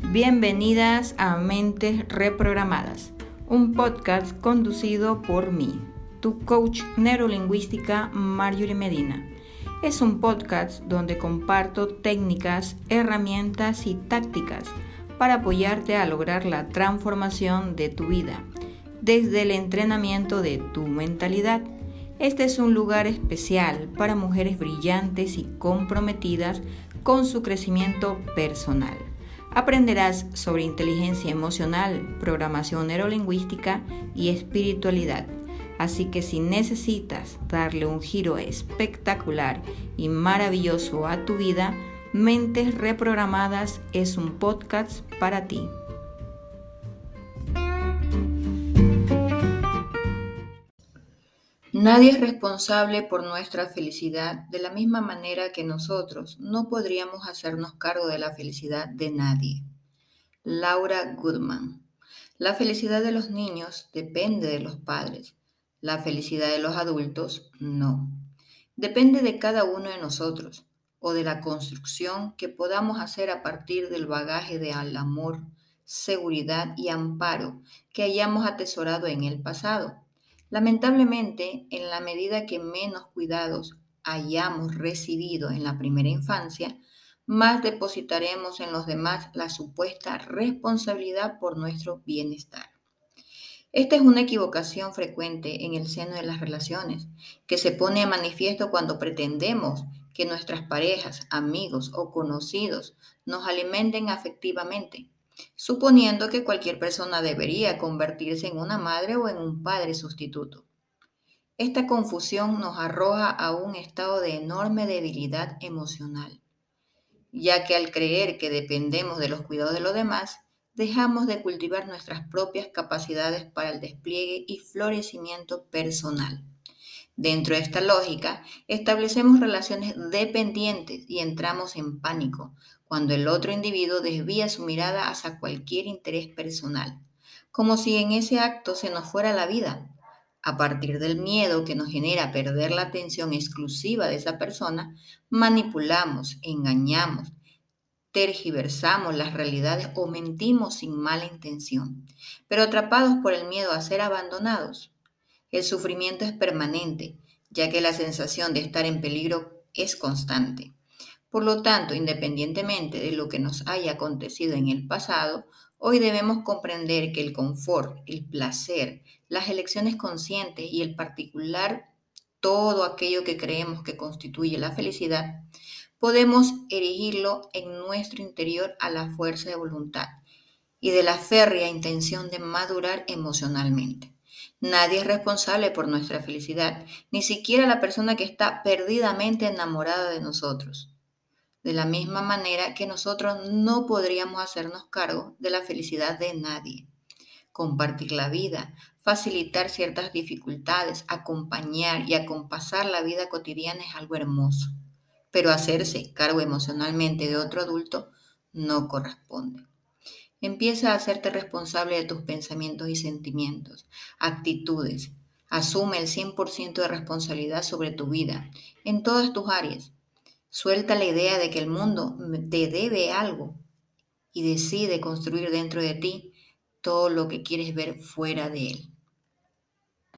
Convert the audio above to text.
Bienvenidas a Mentes Reprogramadas, un podcast conducido por mí, tu coach neurolingüística Marjorie Medina. Es un podcast donde comparto técnicas, herramientas y tácticas para apoyarte a lograr la transformación de tu vida, desde el entrenamiento de tu mentalidad. Este es un lugar especial para mujeres brillantes y comprometidas con su crecimiento personal. Aprenderás sobre inteligencia emocional, programación neurolingüística y espiritualidad. Así que si necesitas darle un giro espectacular y maravilloso a tu vida, Mentes Reprogramadas es un podcast para ti. Nadie es responsable por nuestra felicidad de la misma manera que nosotros no podríamos hacernos cargo de la felicidad de nadie. Laura Goodman. La felicidad de los niños depende de los padres. La felicidad de los adultos no. Depende de cada uno de nosotros o de la construcción que podamos hacer a partir del bagaje de amor, seguridad y amparo que hayamos atesorado en el pasado. Lamentablemente, en la medida que menos cuidados hayamos recibido en la primera infancia, más depositaremos en los demás la supuesta responsabilidad por nuestro bienestar. Esta es una equivocación frecuente en el seno de las relaciones, que se pone de manifiesto cuando pretendemos que nuestras parejas, amigos o conocidos nos alimenten afectivamente, suponiendo que cualquier persona debería convertirse en una madre o en un padre sustituto. Esta confusión nos arroja a un estado de enorme debilidad emocional, ya que al creer que dependemos de los cuidados de los demás, dejamos de cultivar nuestras propias capacidades para el despliegue y florecimiento personal. Dentro de esta lógica, establecemos relaciones dependientes y entramos en pánico cuando el otro individuo desvía su mirada hacia cualquier interés personal, como si en ese acto se nos fuera la vida. A partir del miedo que nos genera perder la atención exclusiva de esa persona, manipulamos, engañamos, tergiversamos las realidades o mentimos sin mala intención, pero atrapados por el miedo a ser abandonados. El sufrimiento es permanente, ya que la sensación de estar en peligro es constante. Por lo tanto, independientemente de lo que nos haya acontecido en el pasado, hoy debemos comprender que el confort, el placer, las elecciones conscientes y el particular, todo aquello que creemos que constituye la felicidad, podemos erigirlo en nuestro interior a la fuerza de voluntad y de la férrea intención de madurar emocionalmente. Nadie es responsable por nuestra felicidad, ni siquiera la persona que está perdidamente enamorada de nosotros. De la misma manera que nosotros no podríamos hacernos cargo de la felicidad de nadie. Compartir la vida, facilitar ciertas dificultades, acompañar y acompasar la vida cotidiana es algo hermoso, pero hacerse cargo emocionalmente de otro adulto no corresponde. Empieza a hacerte responsable de tus pensamientos y sentimientos, actitudes. Asume el 100% de responsabilidad sobre tu vida, en todas tus áreas. Suelta la idea de que el mundo te debe algo y decide construir dentro de ti todo lo que quieres ver fuera de él.